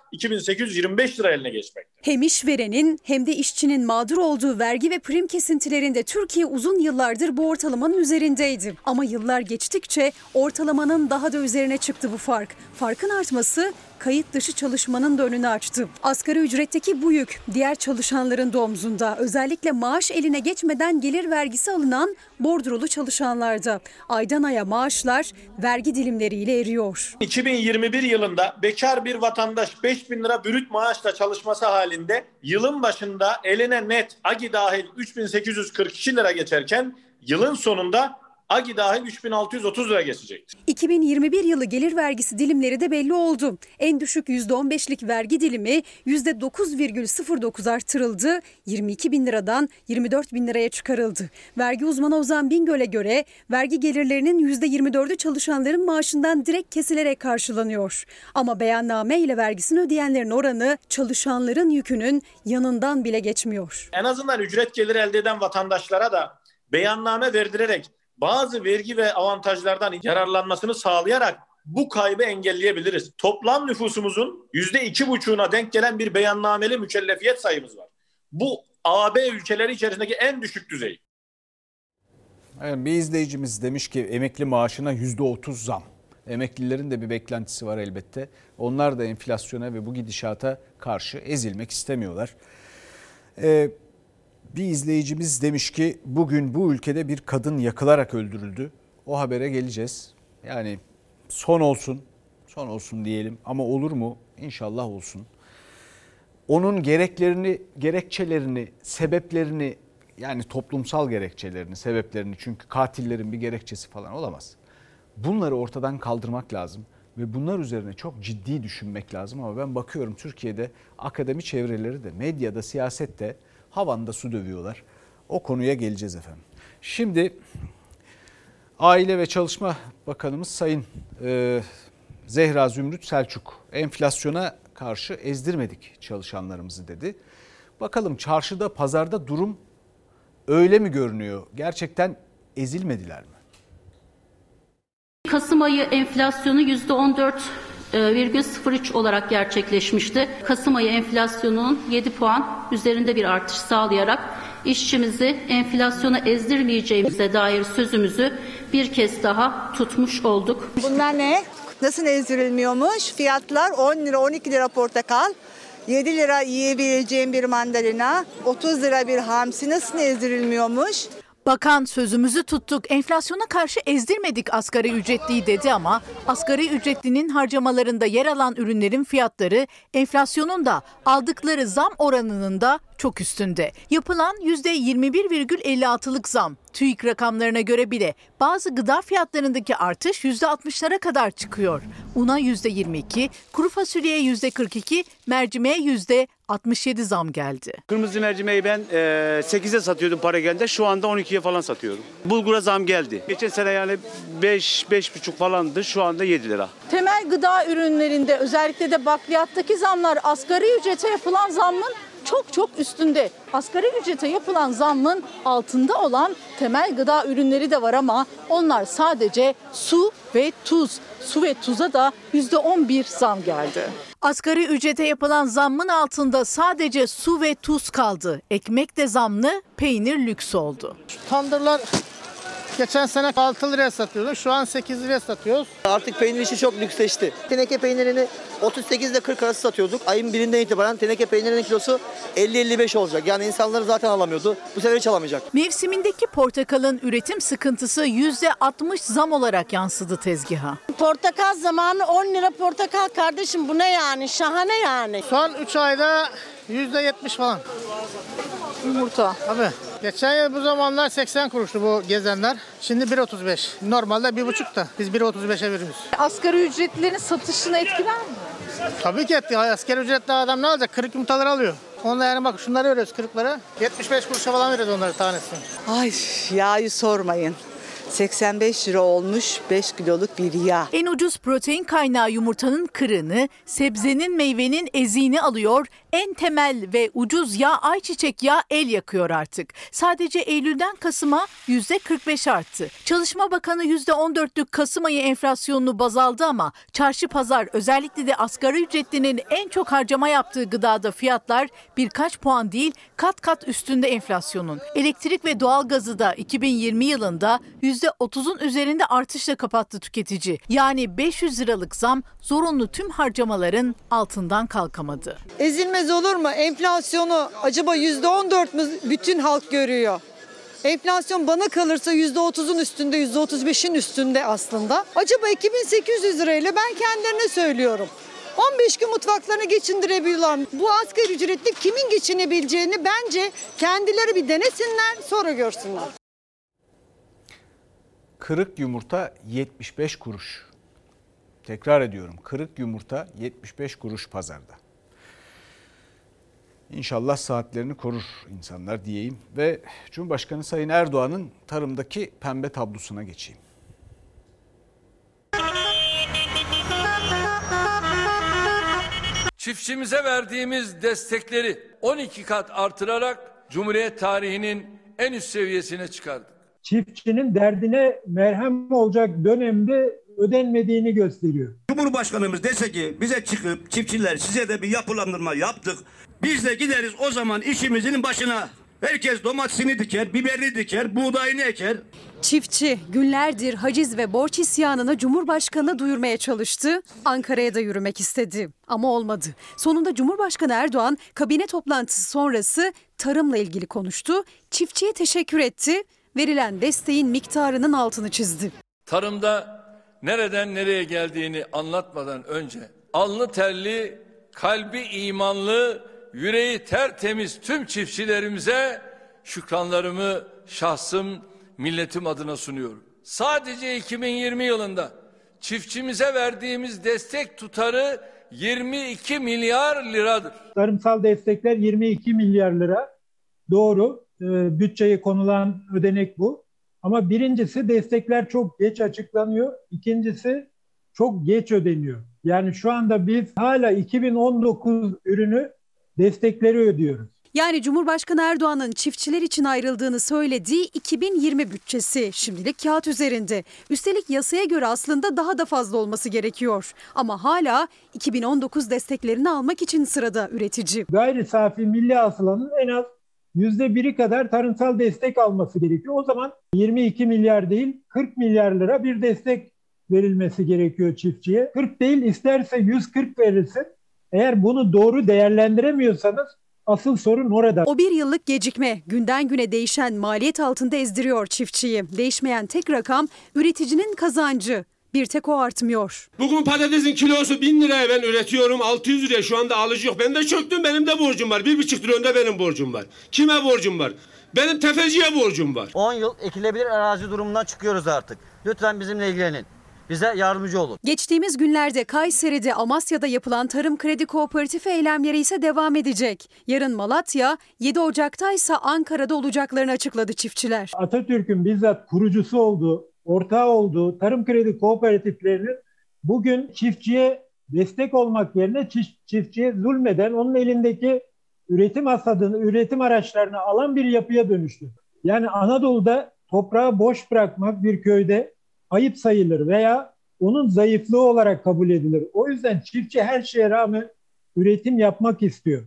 2825 lira eline geçmekte. Hem işverenin hem de işçinin mağdur olduğu vergi ve prim kesintilerinde Türkiye uzun yıllardır bu ortalamanın üzerindeydi. Ama yıllar geçtikçe ortalamanın daha da üzerine çıktı bu fark. Farkın artması kayıt dışı çalışmanın da önünü açtı. Asgari ücretteki bu yük diğer çalışanların da omzunda. Özellikle maaş eline geçmeden gelir vergisi alınan bordrolu çalışanlarda. Aydan aya maaşlar vergi dilimleriyle eriyor. 2021 yılında bekar bir vatandaş 5.000 lira brüt maaşla çalışması halinde yılın başında eline net AGİ dahil 3842 lira geçerken yılın sonunda AGİ dahil 3630 lira geçecektir. 2021 yılı gelir vergisi dilimleri de belli oldu. En düşük %15'lik vergi dilimi %9,09 artırıldı. 22 bin liradan 24 bin liraya çıkarıldı. Vergi uzmanı Ozan Bingöl'e göre vergi gelirlerinin %24'ü çalışanların maaşından direkt kesilerek karşılanıyor. Ama beyanname ile vergisini ödeyenlerin oranı çalışanların yükünün yanından bile geçmiyor. En azından ücret geliri elde eden vatandaşlara da beyanname verdirerek bazı vergi ve avantajlardan yararlanmasını sağlayarak bu kaybı engelleyebiliriz. Toplam nüfusumuzun %2,5'una denk gelen bir beyannameli mükellefiyet sayımız var. Bu AB ülkeleri içerisindeki en düşük düzey. Yani bir izleyicimiz demiş ki emekli maaşına %30 zam. Emeklilerin de bir beklentisi var elbette. Onlar da enflasyona ve bu gidişata karşı ezilmek istemiyorlar. Bir izleyicimiz demiş ki bugün bu ülkede bir kadın yakılarak öldürüldü. O habere geleceğiz. Yani son olsun diyelim ama olur mu? İnşallah olsun. Onun gerekçelerini, sebeplerini, yani toplumsal gerekçelerini, sebeplerini, çünkü katillerin bir gerekçesi falan olamaz. Bunları ortadan kaldırmak lazım ve bunlar üzerine çok ciddi düşünmek lazım ama ben bakıyorum Türkiye'de akademi çevreleri de, medyada, siyasette havanda su dövüyorlar. O konuya geleceğiz efendim. Şimdi Aile ve Çalışma Bakanımız Sayın Zehra Zümrüt Selçuk enflasyona karşı ezdirmedik çalışanlarımızı dedi. Bakalım çarşıda, pazarda durum öyle mi görünüyor? Gerçekten ezilmediler mi? Kasım ayı enflasyonu %14,03 olarak gerçekleşmişti. Kasım ayı enflasyonunun 7 puan üzerinde bir artış sağlayarak işçimizi enflasyona ezdirmeyeceğimize dair sözümüzü bir kez daha tutmuş olduk. Bunlar ne? Nasıl ezdirilmiyormuş? Fiyatlar 10 lira 12 lira portakal, 7 lira yiyebileceğim bir mandalina, 30 lira bir hamsi nasıl ezdirilmiyormuş? Bakan sözümüzü tuttuk, enflasyona karşı ezdirmedik asgari ücretliyi dedi ama asgari ücretlinin harcamalarında yer alan ürünlerin fiyatları enflasyonun da aldıkları zam oranının da çok üstünde. Yapılan %21,56'lık zam TÜİK rakamlarına göre bile bazı gıda fiyatlarındaki artış %60'lara kadar çıkıyor. Una %22, kuru fasulyeye %42, mercimeğe %67 zam geldi. Kırmızı mercimeği ben 8'e satıyordum para geldi. Şu anda 12'ye falan satıyorum. Bulgura zam geldi. Geçen sene yani 5-5,5 falandı. Şu anda 7 lira. Temel gıda ürünlerinde özellikle de bakliyattaki zamlar asgari ücrete yapılan zammın çok üstünde. Asgari ücrete yapılan zammın altında olan temel gıda ürünleri de var ama onlar sadece su ve tuz. Su ve tuza da %11 zam geldi. Asgari ücrete yapılan zammın altında sadece su ve tuz kaldı. Ekmek de zamlı, peynir lüks oldu. Tandırlar geçen sene 6 liraya satıyorduk. Şu an 8 liraya satıyoruz. Artık peynir işi çok lüksleşti. Teneke peynirini 38 ile 40 arası satıyorduk. Ayın birinden itibaren teneke peynirinin kilosu 50-55 olacak. Yani insanlar zaten alamıyordu. Bu sefer hiç alamayacak. Mevsimindeki portakalın üretim sıkıntısı %60 zam olarak yansıdı tezgaha. Portakal zamanı 10 lira portakal kardeşim, bu ne yani? Şahane yani. Son 3 ayda %70 falan. Yumurta. Tabii. Geçen yıl bu zamanlar 80 kuruştu bu gezenler. Şimdi 1.35. Normalde 1.5 da. Biz 1.35'e veriyoruz. Asgari ücretlilerin satışını etkiler mi? Tabii ki etti. Asgari ücretli adam ne alacak? Kırık yumurtaları alıyor. Onunla yani bak şunları veriyoruz kırıklara. 75 kuruşa falan veriyoruz onları tanesini. Ay yağı sormayın. 85 lira olmuş 5 kiloluk bir yağ. En ucuz protein kaynağı yumurtanın kırığını, sebzenin meyvenin eziğini alıyor. En temel ve ucuz yağ ayçiçek yağı el yakıyor artık. Sadece Eylül'den Kasım'a %45 arttı. Çalışma Bakanı %14'lük Kasım ayı enflasyonunu baz aldı ama çarşı pazar özellikle de asgari ücretlinin en çok harcama yaptığı gıdada fiyatlar birkaç puan değil kat kat üstünde enflasyonun. Elektrik ve doğalgazı da 2020 yılında %30'un üzerinde artışla kapattı tüketici. Yani 500 liralık zam zorunlu tüm harcamaların altından kalkamadı. Ezilmez olur mu? Enflasyonu acaba %14 mü bütün halk görüyor? Enflasyon bana kalırsa %30'un üstünde, %35'in üstünde aslında. Acaba 2800 lirayla ben kendilerine söylüyorum. 15 gün mutfaklarını geçindirebiliyorlar. Bu asgari ücretli kimin geçinebileceğini bence kendileri bir denesinler, sonra görsünler. Kırık yumurta 75 kuruş. Tekrar ediyorum, kırık yumurta 75 kuruş pazarda. İnşallah saatlerini korur insanlar diyeyim ve Cumhurbaşkanı Sayın Erdoğan'ın tarımdaki pembe tablosuna geçeyim. Çiftçimize verdiğimiz destekleri 12 kat artırarak Cumhuriyet tarihinin en üst seviyesine çıkardık. Çiftçinin derdine merhem olacak dönemde ödenmediğini gösteriyor. Cumhurbaşkanımız dese ki bize çıkıp çiftçiler size de bir yapılandırma yaptık. Biz de gideriz o zaman işimizin başına. Herkes domatesini diker, biberini diker, buğdayını eker. Çiftçi günlerdir haciz ve borç isyanını Cumhurbaşkanı'na duyurmaya çalıştı. Ankara'ya da yürümek istedi ama olmadı. Sonunda Cumhurbaşkanı Erdoğan kabine toplantısı sonrası tarımla ilgili konuştu. Çiftçiye teşekkür etti. Verilen desteğin miktarının altını çizdi. Tarımda nereden nereye geldiğini anlatmadan önce alnı terli, kalbi imanlı, yüreği tertemiz tüm çiftçilerimize şükranlarımı şahsım, milletim adına sunuyorum. Sadece 2020 yılında çiftçimize verdiğimiz destek tutarı 22 milyar liradır. Tarımsal destekler 22 milyar lira. Doğru. Bütçeye konulan ödenek bu. Ama birincisi destekler çok geç açıklanıyor. İkincisi çok geç ödeniyor. Yani şu anda biz hala 2019 ürünü destekleri ödüyoruz. Yani Cumhurbaşkanı Erdoğan'ın çiftçiler için ayrıldığını söylediği 2020 bütçesi şimdilik kağıt üzerinde. Üstelik yasaya göre aslında daha da fazla olması gerekiyor. Ama hala 2019 desteklerini almak için sırada üretici. Gayri safi milli hasılanın en az %1'i kadar tarımsal destek alması gerekiyor. O zaman 22 milyar değil 40 milyar lira bir destek verilmesi gerekiyor çiftçiye. 40 değil, isterse 140 verilsin. Eğer bunu doğru değerlendiremiyorsanız asıl sorun orada. O bir yıllık gecikme günden güne değişen maliyet altında ezdiriyor çiftçiyi. Değişmeyen tek rakam üreticinin kazancı. Bir tek o artmıyor. Bugün patatesin kilosu 1000 liraya ben üretiyorum. 600 liraya şu anda alıcı yok. Ben de çöktüm, benim de borcum var. 1,5 trilyonda benim borcum var. Kime borcum var? Benim tefeciye borcum var. 10 yıl ekilebilir arazi durumundan çıkıyoruz artık. Lütfen bizimle ilgilenin. Bize yardımcı olun. Geçtiğimiz günlerde Kayseri'de, Amasya'da yapılan Tarım Kredi Kooperatifi eylemleri ise devam edecek. Yarın Malatya, 7 Ocak'ta ise Ankara'da olacaklarını açıkladı çiftçiler. Atatürk'ün bizzat kurucusu olduğu, ortağı olduğu tarım kredi kooperatiflerinin bugün çiftçiye destek olmak yerine çiftçiye zulmeden, onun elindeki üretim hasadını, üretim araçlarını alan bir yapıya dönüştü. Yani Anadolu'da toprağı boş bırakmak bir köyde ayıp sayılır veya onun zayıflığı olarak kabul edilir. O yüzden çiftçi her şeye rağmen üretim yapmak istiyor.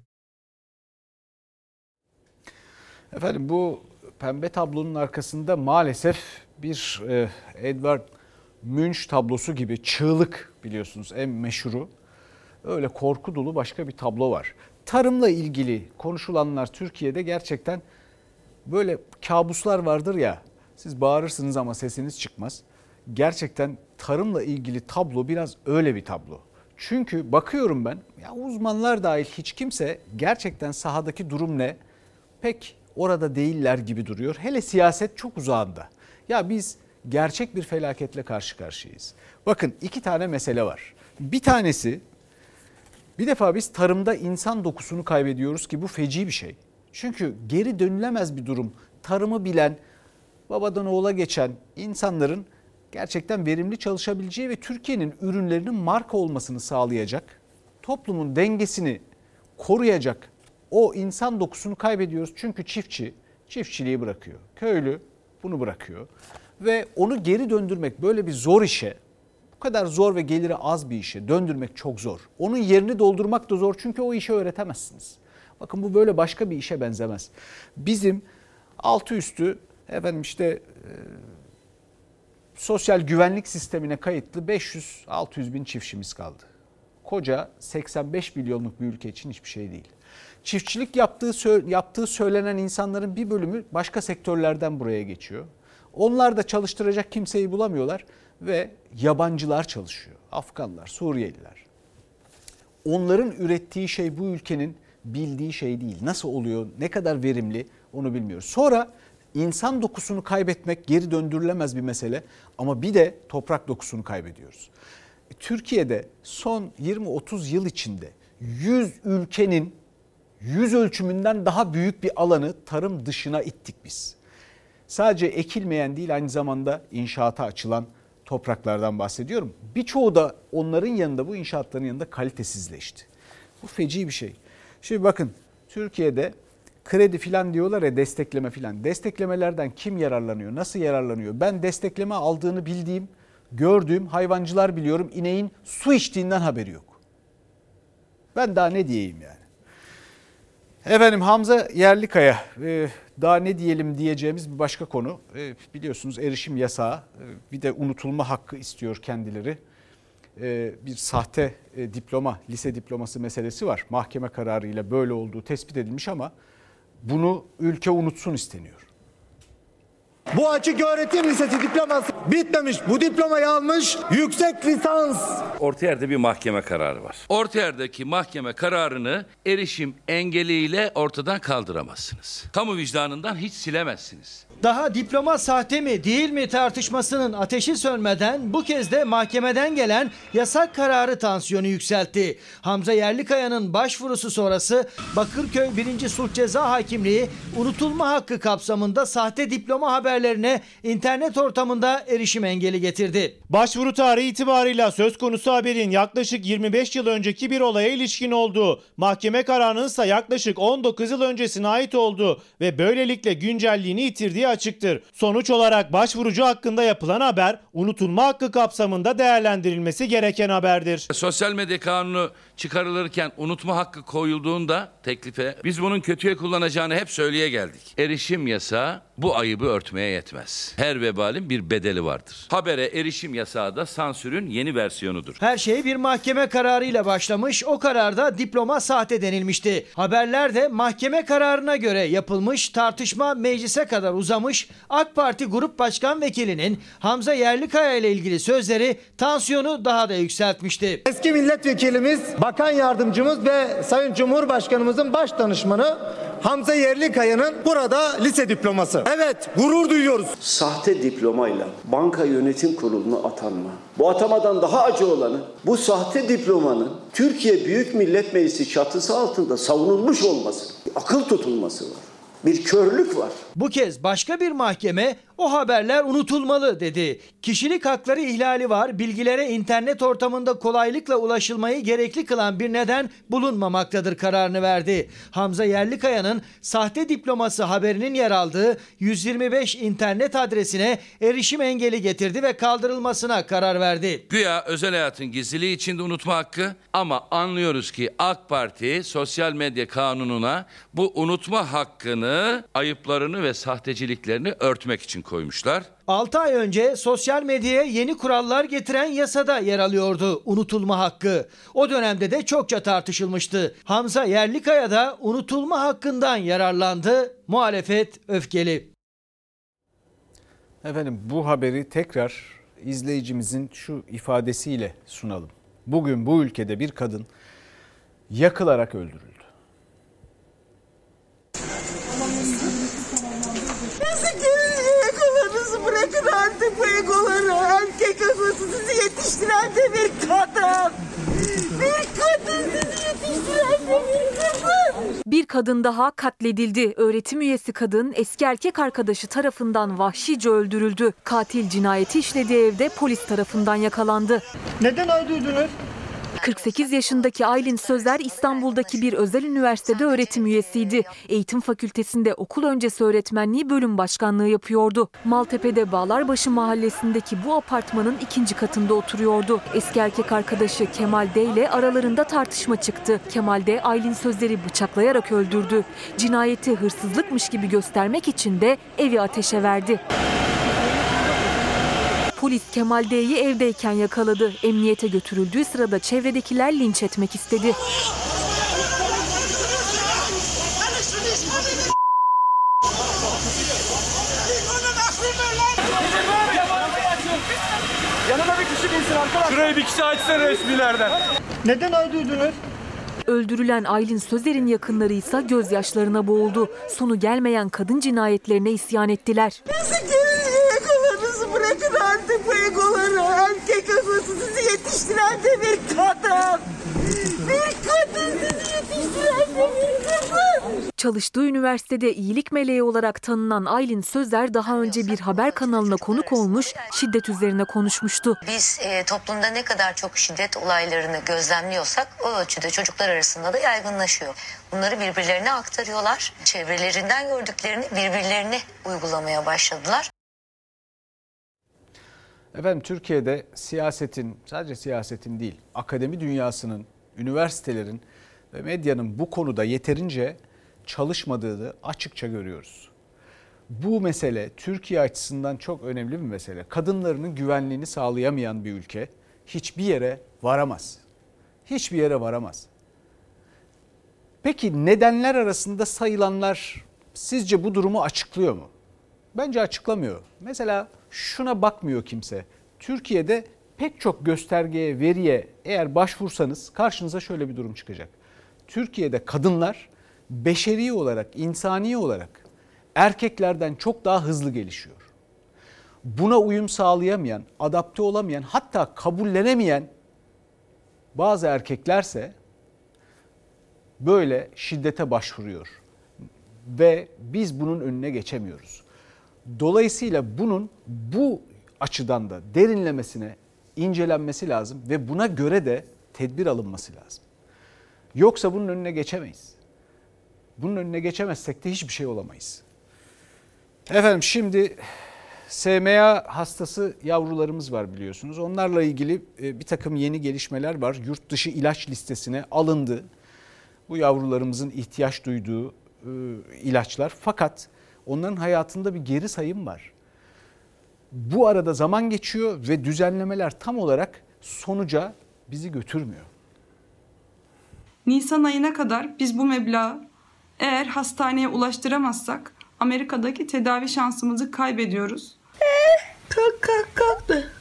Efendim bu pembe tablonun arkasında maalesef bir Edvard Munch tablosu gibi çığlık, biliyorsunuz en meşhuru. Öyle korku dolu başka bir tablo var. Tarımla ilgili konuşulanlar Türkiye'de gerçekten böyle kabuslar vardır ya, siz bağırırsınız ama sesiniz çıkmaz. Gerçekten tarımla ilgili tablo biraz öyle bir tablo. Çünkü bakıyorum ben, ya uzmanlar dahil hiç kimse gerçekten sahadaki durum ne pek orada değiller gibi duruyor. Hele siyaset çok uzağında. Ya biz gerçek bir felaketle karşı karşıyayız. Bakın 2 tane mesele var. Bir tanesi, bir defa biz tarımda insan dokusunu kaybediyoruz ki bu feci bir şey. Çünkü geri dönülemez bir durum. Tarımı bilen, babadan oğula geçen insanların gerçekten verimli çalışabileceği ve Türkiye'nin ürünlerinin marka olmasını sağlayacak, toplumun dengesini koruyacak o insan dokusunu kaybediyoruz. Çünkü çiftçi çiftçiliği bırakıyor. Köylü bunu bırakıyor. Ve onu geri döndürmek böyle bir zor işe, bu kadar zor ve geliri az bir işe döndürmek çok zor. Onun yerini doldurmak da zor çünkü o işi öğretemezsiniz. Bakın bu böyle başka bir işe benzemez. Bizim altı üstü sosyal güvenlik sistemine kayıtlı 500-600 bin çiftçimiz kaldı. Koca 85 milyonluk bir ülke için hiçbir şey değil. Çiftçilik yaptığı söylenen insanların bir bölümü başka sektörlerden buraya geçiyor. Onlar da çalıştıracak kimseyi bulamıyorlar ve yabancılar çalışıyor. Afganlar, Suriyeliler. Onların ürettiği şey bu ülkenin bildiği şey değil. Nasıl oluyor, ne kadar verimli onu bilmiyoruz. Sonra insan dokusunu kaybetmek geri döndürülemez bir mesele ama bir de toprak dokusunu kaybediyoruz. Türkiye'de son 20-30 yıl içinde 100 ülkenin 100 ölçümünden daha büyük bir alanı tarım dışına ittik biz. Sadece ekilmeyen değil, aynı zamanda inşaata açılan topraklardan bahsediyorum. Birçoğu da onların yanında, bu inşaatların yanında kalitesizleşti. Bu feci bir şey. Şimdi bakın Türkiye'de kredi filan diyorlar ya, destekleme filan. Desteklemelerden kim yararlanıyor, nasıl yararlanıyor? Ben destekleme aldığını bildiğim, gördüğüm hayvancılar biliyorum. İneğin su içtiğinden haberi yok. Ben daha ne diyeyim yani. Efendim Hamza Yerlikaya, daha ne diyelim diyeceğimiz bir başka konu. Biliyorsunuz erişim yasağı, bir de unutulma hakkı istiyor kendileri. Bir sahte diploma, lise diploması meselesi var. Mahkeme kararıyla böyle olduğu tespit edilmiş ama bunu ülke unutsun isteniyor. Bu açık öğretim lisesi diploması bitmemiş. Bu diplomayı almış yüksek lisans. Orta yerde bir mahkeme kararı var. Orta yerdeki mahkeme kararını erişim engeliyle ortadan kaldıramazsınız. Kamu vicdanından hiç silemezsiniz. Daha diploma sahte mi değil mi tartışmasının ateşi sönmeden bu kez de mahkemeden gelen yasak kararı tansiyonu yükseltti. Hamza Yerlikaya'nın başvurusu sonrası Bakırköy 1. Sulh Ceza Hakimliği unutulma hakkı kapsamında sahte diploma haberlerine internet ortamında erişim engeli getirdi. Başvuru tarihi itibarıyla söz konusu haberin yaklaşık 25 yıl önceki bir olaya ilişkin olduğu, mahkeme kararının ise yaklaşık 19 yıl öncesine ait olduğu ve böylelikle güncelliğini yitirdiği açıktır. Sonuç olarak başvurucu hakkında yapılan haber unutulma hakkı kapsamında değerlendirilmesi gereken haberdir. Sosyal medya kanunu çıkarılırken unutma hakkı koyulduğunda teklife biz bunun kötüye kullanacağını hep söyleye geldik. Erişim yasağı bu ayıbı örtmeye yetmez. Her vebalin bir bedeli vardır. Habere erişim yasağı da sansürün yeni versiyonudur. Her şey bir mahkeme kararıyla başlamış. O kararda diploma sahte denilmişti. Haberler de mahkeme kararına göre yapılmış. Tartışma meclise kadar uzamış. AK Parti Grup Başkan Vekilinin Hamza Yerlikaya ile ilgili sözleri tansiyonu daha da yükseltmişti. Eski milletvekilimiz, bakan yardımcımız ve Sayın Cumhurbaşkanımızın baş danışmanı Hamza Yerlikaya'nın burada lise diploması. Evet, gurur duyuyoruz. Sahte diplomayla banka yönetim kuruluna atanma. Bu atamadan daha acı olanı, bu sahte diplomanın Türkiye Büyük Millet Meclisi çatısı altında savunulmuş olması, akıl tutulması var. Bir körlük var. Bu kez başka bir mahkeme o haberler unutulmalı dedi. Kişilik hakları ihlali var, bilgilere internet ortamında kolaylıkla ulaşılmayı gerekli kılan bir neden bulunmamaktadır kararını verdi. Hamza Yerlikaya'nın sahte diploması haberinin yer aldığı 125 internet adresine erişim engeli getirdi ve kaldırılmasına karar verdi. Güya özel hayatın gizliliği içinde unutma hakkı, ama anlıyoruz ki AK Parti sosyal medya kanununa bu unutma hakkını, ayıplarını ve sahteciliklerini örtmek için koymuşlar. 6 ay önce sosyal medyaya yeni kurallar getiren yasada yer alıyordu unutulma hakkı. O dönemde de çokça tartışılmıştı. Hamza Yerlikaya da unutulma hakkından yararlandı. Muhalefet öfkeli. Efendim, bu haberi tekrar izleyicimizin şu ifadesiyle sunalım. Bugün bu ülkede bir kadın yakılarak öldürüldü. Bırakın artık bu egoları. Erkek egosu sizi yetiştiren de bir kadın. Bir kadın sizi yetiştiren de bir kadın. Bir kadın daha katledildi. Öğretim üyesi kadın eski erkek arkadaşı tarafından vahşice öldürüldü. Katil cinayeti işlediği evde polis tarafından yakalandı. Neden öldürdünüz? 48 yaşındaki Aylin Sözer İstanbul'daki bir özel üniversitede öğretim üyesiydi. Eğitim Fakültesi'nde okul öncesi öğretmenliği bölüm başkanlığı yapıyordu. Maltepe'de Bağlarbaşı mahallesindeki bu apartmanın 2. katında oturuyordu. Eski erkek arkadaşı Kemal D ile aralarında tartışma çıktı. Kemal D Aylin Sözer'i bıçaklayarak öldürdü. Cinayeti hırsızlıkmış gibi göstermek için de evi ateşe verdi. Polis Kemal D'yi evdeyken yakaladı. Emniyete götürüldüğü sırada çevredekiler linç etmek istedi. Yanına bir kişi binsin arkadaşlar. Şurayı bir kişi açsın resmilerden. Neden öldürdünüz? Öldürülen Aylin Sözer'in yakınları ise gözyaşlarına boğuldu. Sonu gelmeyen kadın cinayetlerine isyan ettiler. Bırakın artık bu egoları. Erkek egosu sizi yetiştiren de bir kadın. Bir kadın sizi yetiştiren de bir kadın. Çalıştığı üniversitede iyilik meleği olarak tanınan Aylin Sözer daha önce bir haber kanalına konuk olmuş, şiddet üzerine konuşmuştu. Biz toplumda ne kadar çok şiddet olaylarını gözlemliyorsak o ölçüde çocuklar arasında da yaygınlaşıyor. Bunları birbirlerine aktarıyorlar. Çevrelerinden gördüklerini birbirlerine uygulamaya başladılar. Efendim, Türkiye'de siyasetin, sadece siyasetin değil, akademi dünyasının, üniversitelerin ve medyanın bu konuda yeterince çalışmadığını açıkça görüyoruz. Bu mesele Türkiye açısından çok önemli bir mesele. Kadınlarının güvenliğini sağlayamayan bir ülke hiçbir yere varamaz. Hiçbir yere varamaz. Peki nedenler arasında sayılanlar sizce bu durumu açıklıyor mu? Bence açıklamıyor. Mesela şuna bakmıyor kimse. Türkiye'de pek çok göstergeye, veriye eğer başvursanız karşınıza şöyle bir durum çıkacak. Türkiye'de kadınlar beşeri olarak, insani olarak erkeklerden çok daha hızlı gelişiyor. Buna uyum sağlayamayan, adapte olamayan, hatta kabullenemeyen bazı erkeklerse böyle şiddete başvuruyor. Ve biz bunun önüne geçemiyoruz. Dolayısıyla bunun bu açıdan da derinlemesine incelenmesi lazım ve buna göre de tedbir alınması lazım. Yoksa bunun önüne geçemeyiz. Bunun önüne geçemezsek de hiçbir şey olamayız. Efendim, şimdi SMA hastası yavrularımız var biliyorsunuz. Onlarla ilgili bir takım yeni gelişmeler var. Yurt dışı ilaç listesine alındı bu yavrularımızın ihtiyaç duyduğu ilaçlar. Fakat Onların hayatında bir geri sayım var. Bu arada zaman geçiyor ve düzenlemeler tam olarak sonuca bizi götürmüyor. Nisan ayına kadar biz bu meblağı eğer hastaneye ulaştıramazsak Amerika'daki tedavi şansımızı kaybediyoruz. Kalktı.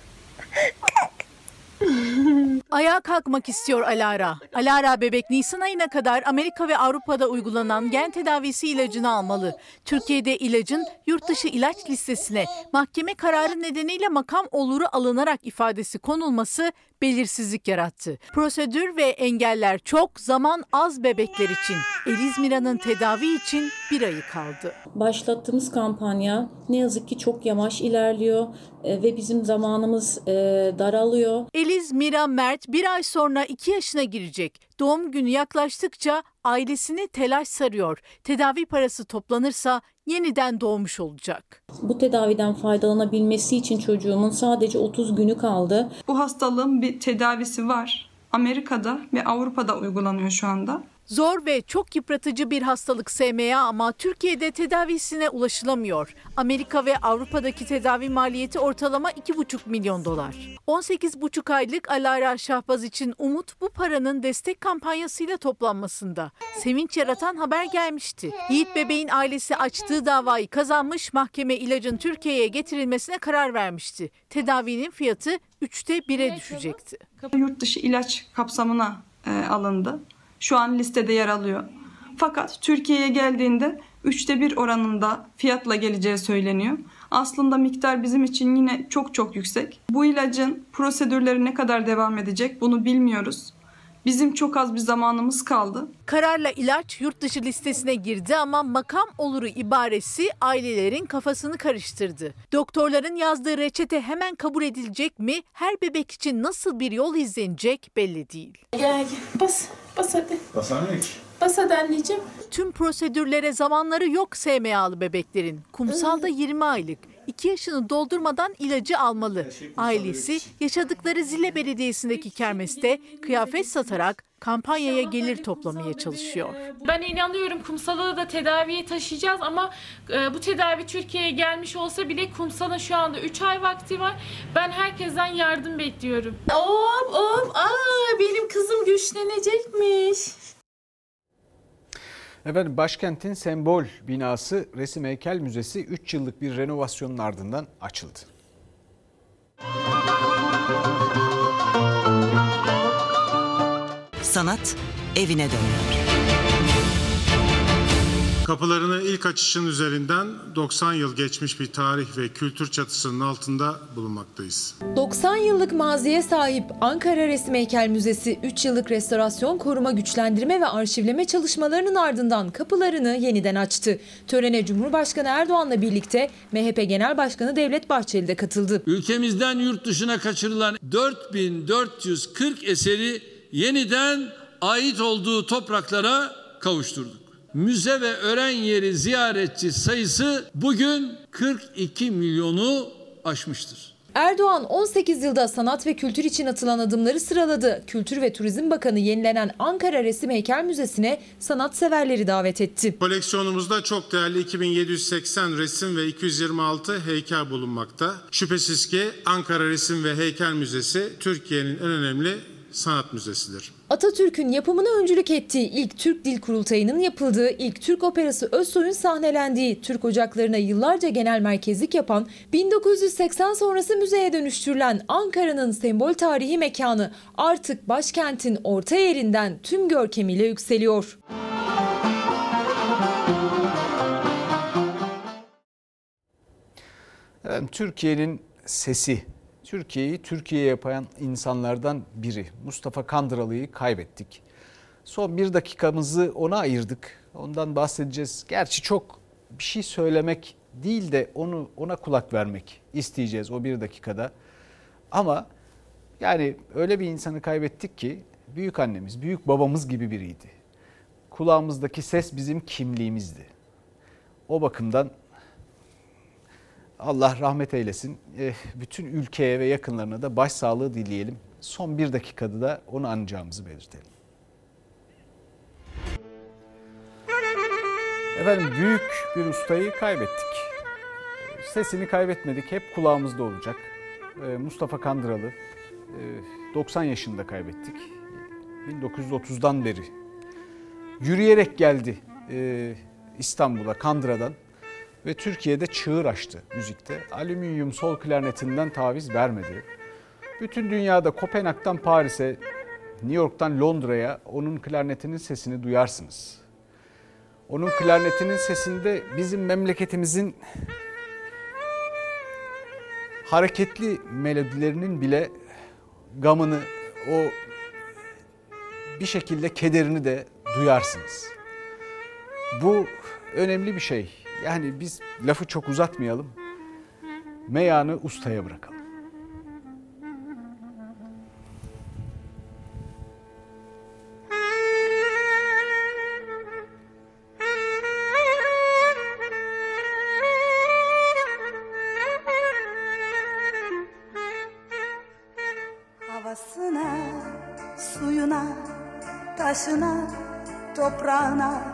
Ayağa kalkmak istiyor Alara. Alara bebek Nisan ayına kadar Amerika ve Avrupa'da uygulanan gen tedavisi ilacını almalı. Türkiye'de ilacın yurt dışı ilaç listesine mahkeme kararı nedeniyle makam oluru alınarak ifadesi konulması belirsizlik yarattı. Prosedür ve engeller çok, zaman az bebekler için. Eliz Mira'nın tedavi için 1 ayı kaldı. Başlattığımız kampanya ne yazık ki çok yavaş ilerliyor ve bizim zamanımız daralıyor. Eliz Mira Mert 1 ay sonra 2 yaşına girecek. Doğum günü yaklaştıkça ailesini telaş sarıyor. Tedavi parası toplanırsa yeniden doğmuş olacak. Bu tedaviden faydalanabilmesi için çocuğumun sadece 30 günü kaldı. Bu hastalığın bir tedavisi var. Amerika'da ve Avrupa'da uygulanıyor şu anda. Zor ve çok yıpratıcı bir hastalık SMA ama Türkiye'de tedavisine ulaşılamıyor. Amerika ve Avrupa'daki tedavi maliyeti ortalama $2,5 milyon. 18,5 aylık Alara Şahbaz için umut bu paranın destek kampanyasıyla toplanmasında. Sevinç yaratan haber gelmişti. Yiğit bebeğin ailesi açtığı davayı kazanmış, mahkeme ilacın Türkiye'ye getirilmesine karar vermişti. Tedavinin fiyatı 3'te 1'e düşecekti. Yurt dışı ilaç kapsamına alındı. Şu an listede yer alıyor. Fakat Türkiye'ye geldiğinde 3'te 1 oranında fiyatla geleceği söyleniyor. Aslında miktar bizim için yine çok yüksek. Bu ilacın prosedürleri ne kadar devam edecek bunu bilmiyoruz. Bizim çok az bir zamanımız kaldı. Kararla ilaç yurt dışı listesine girdi ama makam oluru ibaresi ailelerin kafasını karıştırdı. Doktorların yazdığı reçete hemen kabul edilecek mi? Her bebek için nasıl bir yol izlenecek belli değil. Gel bas hadi. Basamıyor ki. Bas hadi anneciğim. Tüm prosedürlere zamanları yok SMA'lı bebeklerin. Kumsal'da 20 aylık. 2 yaşını doldurmadan ilacı almalı. Ailesi yaşadıkları Zile Belediyesi'ndeki kermeste kıyafet satarak kampanyaya gelir toplamaya çalışıyor. Ben inanıyorum Kumsal'ı da tedaviye taşıyacağız ama bu tedavi Türkiye'ye gelmiş olsa bile Kumsal'ın şu anda 3 ay vakti var. Ben herkesten yardım bekliyorum. Benim kızım güçlenecekmiş. Efendim başkentin sembol binası Resim Heykel Müzesi 3 yıllık bir renovasyonun ardından açıldı. Sanat evine dönüyor. Kapılarını ilk açışın üzerinden 90 yıl geçmiş bir tarih ve kültür çatısının altında bulunmaktayız. 90 yıllık maziye sahip Ankara Resim Heykel Müzesi 3 yıllık restorasyon, koruma, güçlendirme ve arşivleme çalışmalarının ardından kapılarını yeniden açtı. Törene Cumhurbaşkanı Erdoğan'la birlikte MHP Genel Başkanı Devlet Bahçeli de katıldı. Ülkemizden yurt dışına kaçırılan 4440 eseri yeniden ait olduğu topraklara kavuşturduk. Müze ve öğren yeri ziyaretçi sayısı bugün 42 milyonu aşmıştır. Erdoğan 18 yılda sanat ve kültür için atılan adımları sıraladı. Kültür ve Turizm Bakanı yenilenen Ankara Resim Heykel Müzesi'ne sanatseverleri davet etti. Koleksiyonumuzda çok değerli 2780 resim ve 226 heykel bulunmakta. Şüphesiz ki Ankara Resim ve Heykel Müzesi Türkiye'nin en önemli sanat müzesidir. Atatürk'ün yapımına öncülük ettiği ilk Türk Dil Kurultayı'nın yapıldığı, ilk Türk operası Özsoy'un sahnelendiği, Türk ocaklarına yıllarca genel merkezlik yapan, 1980 sonrası müzeye dönüştürülen Ankara'nın sembol tarihi mekanı artık başkentin orta yerinden tüm görkemiyle yükseliyor. Türkiye'nin sesi. Türkiye'yi Türkiye yapan insanlardan biri Mustafa Kandıralı'yı kaybettik. Son 1 dakikamızı ona ayırdık. Ondan bahsedeceğiz. Gerçi çok bir şey söylemek değil de ona kulak vermek isteyeceğiz o 1 dakikada. Ama yani öyle bir insanı kaybettik ki büyük annemiz, büyük babamız gibi biriydi. Kulağımızdaki ses bizim kimliğimizdi. O bakımdan Allah rahmet eylesin. Bütün ülkeye ve yakınlarına da başsağlığı dileyelim. Son 1 dakikada da onu anacağımızı belirtelim. Efendim büyük bir ustayı kaybettik. Sesini kaybetmedik, hep kulağımızda olacak. Mustafa Kandıralı, 90 yaşında kaybettik. 1930'dan beri yürüyerek geldi İstanbul'a Kandıra'dan ve Türkiye'de çığır açtı müzikte. Alüminyum sol klarnetinden taviz vermedi. Bütün dünyada Kopenhag'dan Paris'e, New York'tan Londra'ya onun klarnetinin sesini duyarsınız. Onun klarnetinin sesinde bizim memleketimizin hareketli melodilerinin bile gamını, o bir şekilde kederini de duyarsınız. Bu önemli bir şey. Yani biz lafı çok uzatmayalım. Meyanı ustaya bırakalım. Havasına, suyuna, taşına, toprağına